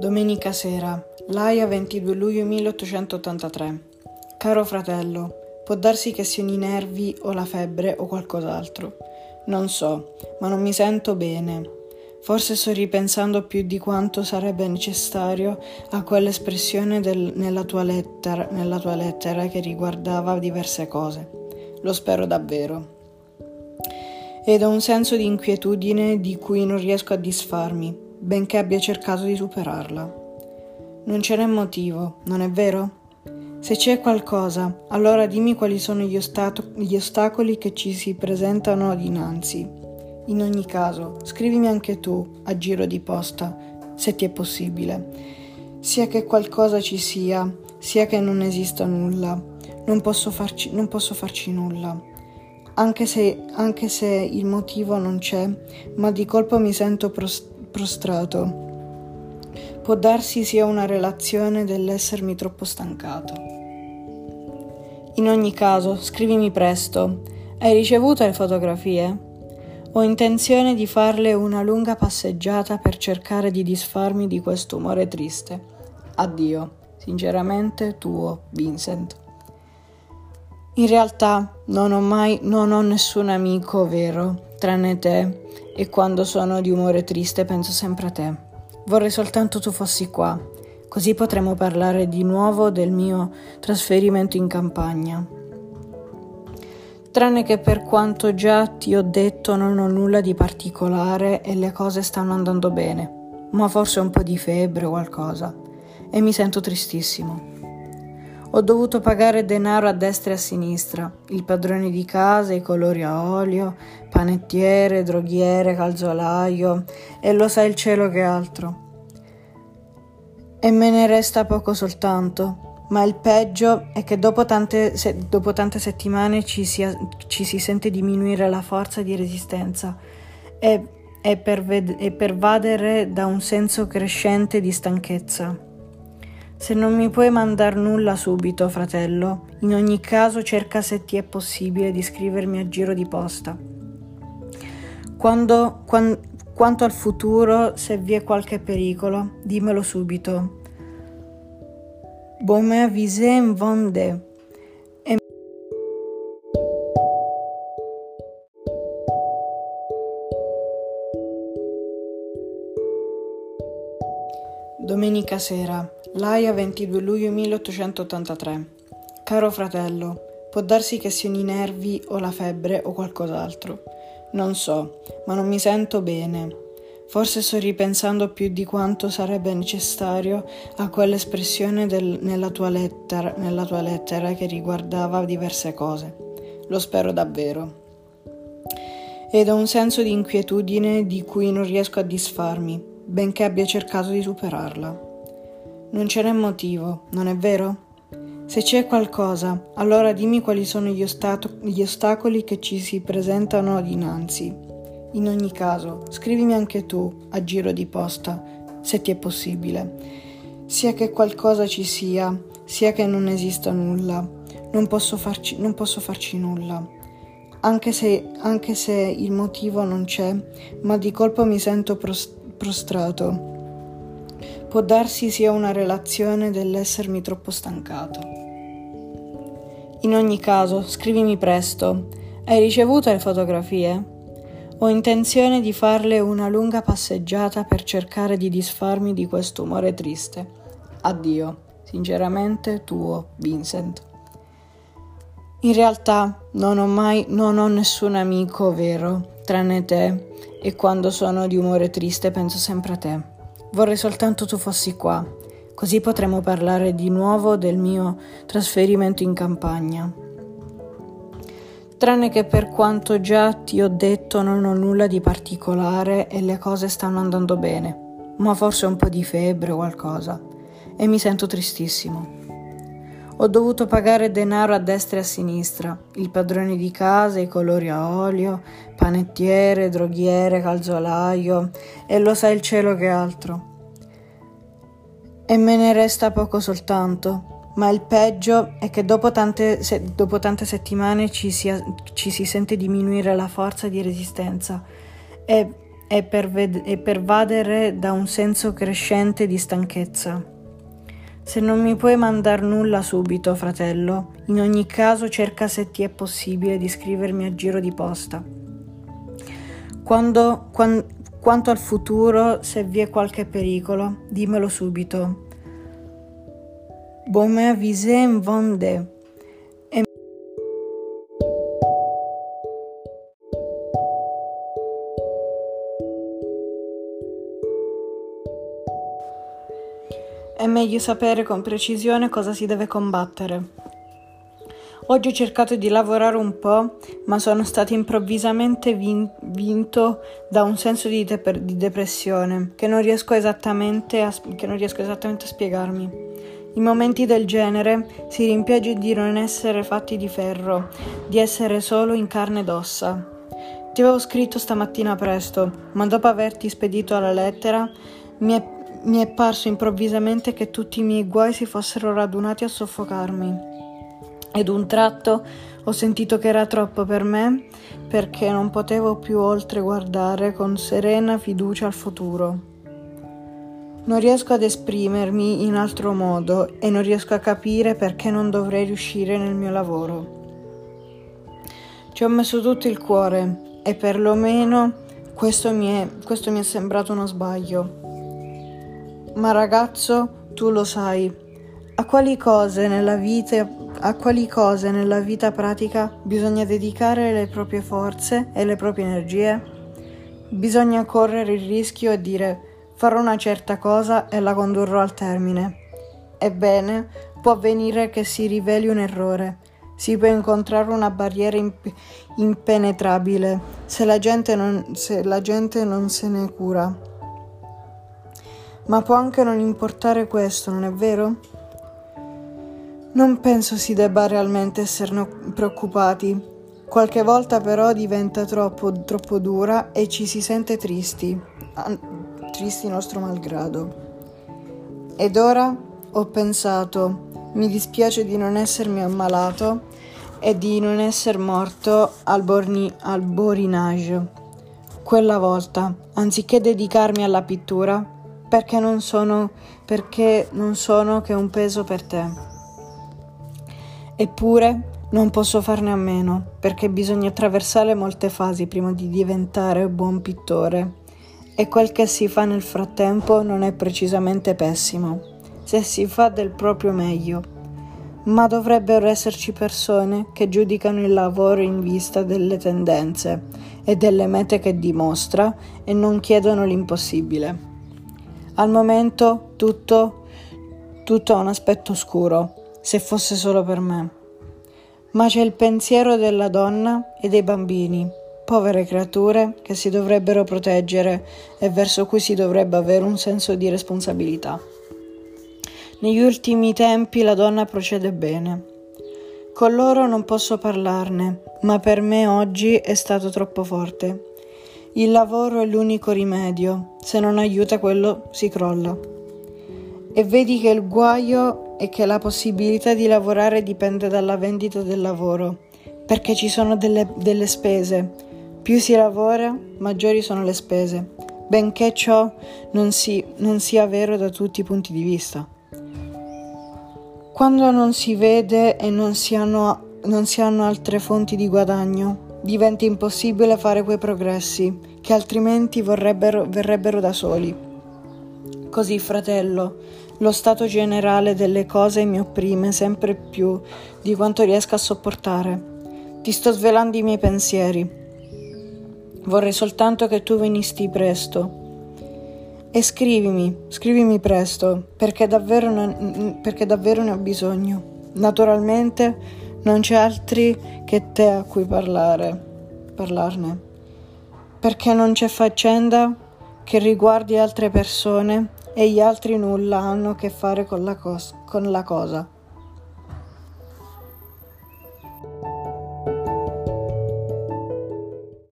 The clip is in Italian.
Domenica sera, L'Aia 22 luglio 1883. Caro fratello, può darsi che siano i nervi o la febbre o qualcos'altro. Non so, ma non mi sento bene. Forse sto ripensando più di quanto sarebbe necessario a quell'espressione nella tua lettera che riguardava diverse cose. Lo spero davvero. Ed ho un senso di inquietudine di cui non riesco a disfarmi, benché abbia cercato di superarla. Non ce n'è motivo, non è vero? Se c'è qualcosa, allora dimmi quali sono gli ostacoli che ci si presentano dinanzi. In ogni caso, scrivimi anche tu, a giro di posta, se ti è possibile. Sia che qualcosa ci sia, sia che non esista nulla, non posso farci nulla. Anche se il motivo non c'è, ma di colpo mi sento prostrato. Può darsi sia una relazione dell'essermi troppo stancato. In ogni caso, scrivimi presto. Hai ricevuto le fotografie? Ho intenzione di farle una lunga passeggiata per cercare di disfarmi di questo umore triste. Addio. Sinceramente tuo, Vincent. In realtà non ho nessun amico vero, tranne te, e quando sono di umore triste penso sempre a te. Vorrei soltanto tu fossi qua, così potremo parlare di nuovo del mio trasferimento in campagna. Tranne che per quanto già ti ho detto non ho nulla di particolare e le cose stanno andando bene, ma forse un po' di febbre o qualcosa, e mi sento tristissimo. Ho dovuto pagare denaro a destra e a sinistra, il padrone di casa, i colori a olio, panettiere, droghiere, calzolaio e lo sa il cielo che altro. E me ne resta poco soltanto, ma il peggio è che dopo tante settimane ci si sente diminuire la forza di resistenza e pervadere da un senso crescente di stanchezza. Se non mi puoi mandar nulla subito, fratello, in ogni caso cerca se ti è possibile di scrivermi a giro di posta. Quanto al futuro, se vi è qualche pericolo, dimmelo subito. Bon me aviser en Vendée. Domenica sera, L'Aia 22 luglio 1883. Caro fratello, può darsi che siano i nervi o la febbre o qualcos'altro. Non so, ma non mi sento bene. Forse sto ripensando più di quanto sarebbe necessario a quell'espressione nella tua lettera che riguardava diverse cose. Lo spero davvero. Ed ho un senso di inquietudine di cui non riesco a disfarmi, benché abbia cercato di superarla. Non ce n'è motivo, non è vero? Se c'è qualcosa, allora dimmi quali sono gli ostacoli che ci si presentano dinanzi. In ogni caso, scrivimi anche tu, a giro di posta, se ti è possibile. Sia che qualcosa ci sia, sia che non esista nulla, non posso farci nulla. Anche se il motivo non c'è, ma di colpo mi sento prostrato. Può darsi sia una relazione dell'essermi troppo stancato. In ogni caso, scrivimi presto. Hai ricevuto le fotografie? Ho intenzione di farle una lunga passeggiata per cercare di disfarmi di questo umore triste. Addio. Sinceramente tuo, Vincent. In realtà non ho nessun amico vero, tranne te, e quando sono di umore triste penso sempre a te. Vorrei soltanto tu fossi qua, così potremo parlare di nuovo del mio trasferimento in campagna. Tranne che per quanto già ti ho detto non ho nulla di particolare e le cose stanno andando bene, ma forse un po' di febbre o qualcosa, e mi sento tristissimo. Ho dovuto pagare denaro a destra e a sinistra, il padrone di casa, i colori a olio, panettiere, droghiere, calzolaio e lo sa il cielo che altro. E me ne resta poco soltanto, ma il peggio è che dopo tante settimane ci si sente diminuire la forza di resistenza e e pervadere da un senso crescente di stanchezza. Se non mi puoi mandar nulla subito, fratello, in ogni caso cerca, se ti è possibile, di scrivermi a giro di posta. Quanto al futuro, se vi è qualche pericolo, dimmelo subito. Bon me avisé en Vendée. È meglio sapere con precisione cosa si deve combattere. Oggi ho cercato di lavorare un po', ma sono stato improvvisamente vinto da un senso di depressione che non riesco esattamente a spiegarmi. In momenti del genere si rimpiange di non essere fatti di ferro, di essere solo in carne ed ossa. Ti avevo scritto stamattina presto, ma dopo averti spedito la lettera mi è parso improvvisamente che tutti i miei guai si fossero radunati a soffocarmi. Ed un tratto ho sentito che era troppo per me, perché non potevo più oltre guardare con serena fiducia al futuro. Non riesco ad esprimermi in altro modo e non riesco a capire perché non dovrei riuscire nel mio lavoro. Ci ho messo tutto il cuore e perlomeno questo mi è sembrato uno sbaglio. Ma ragazzo, tu lo sai, a quali cose nella vita pratica bisogna dedicare le proprie forze e le proprie energie? Bisogna correre il rischio e dire: farò una certa cosa e la condurrò al termine. Ebbene, può avvenire che si riveli un errore. Si può incontrare una barriera impenetrabile se la gente non se ne cura. Ma può anche non importare questo, non è vero? Non penso si debba realmente esserne preoccupati. Qualche volta però diventa troppo dura e ci si sente tristi nostro malgrado. Ed ora ho pensato, mi dispiace di non essermi ammalato e di non essere morto al Borinage. Quella volta, anziché dedicarmi alla pittura, perché non sono che un peso per te. Eppure non posso farne a meno, perché bisogna attraversare molte fasi prima di diventare buon pittore, e quel che si fa nel frattempo non è precisamente pessimo, se si fa del proprio meglio. Ma dovrebbero esserci persone che giudicano il lavoro in vista delle tendenze e delle mete che dimostra e non chiedono l'impossibile. Al momento tutto ha un aspetto oscuro, se fosse solo per me. Ma c'è il pensiero della donna e dei bambini, povere creature che si dovrebbero proteggere e verso cui si dovrebbe avere un senso di responsabilità. Negli ultimi tempi la donna procede bene. Con loro non posso parlarne, ma per me oggi è stato troppo forte. Il lavoro è l'unico rimedio, se non aiuta quello si crolla. E vedi che il guaio è che la possibilità di lavorare dipende dalla vendita del lavoro, perché ci sono delle spese. Più si lavora, maggiori sono le spese, benché ciò non sia vero da tutti i punti di vista. Quando non si vede e non si hanno altre fonti di guadagno, diventa impossibile fare quei progressi che altrimenti verrebbero da soli. Così, fratello, lo stato generale delle cose mi opprime sempre più di quanto riesca a sopportare. Ti sto svelando i miei pensieri. Vorrei soltanto che tu venissi presto. E scrivimi presto, perché davvero ne ho bisogno. Naturalmente non c'è altri che te a cui parlarne, perché non c'è faccenda che riguardi altre persone e gli altri nulla hanno a che fare con la cosa.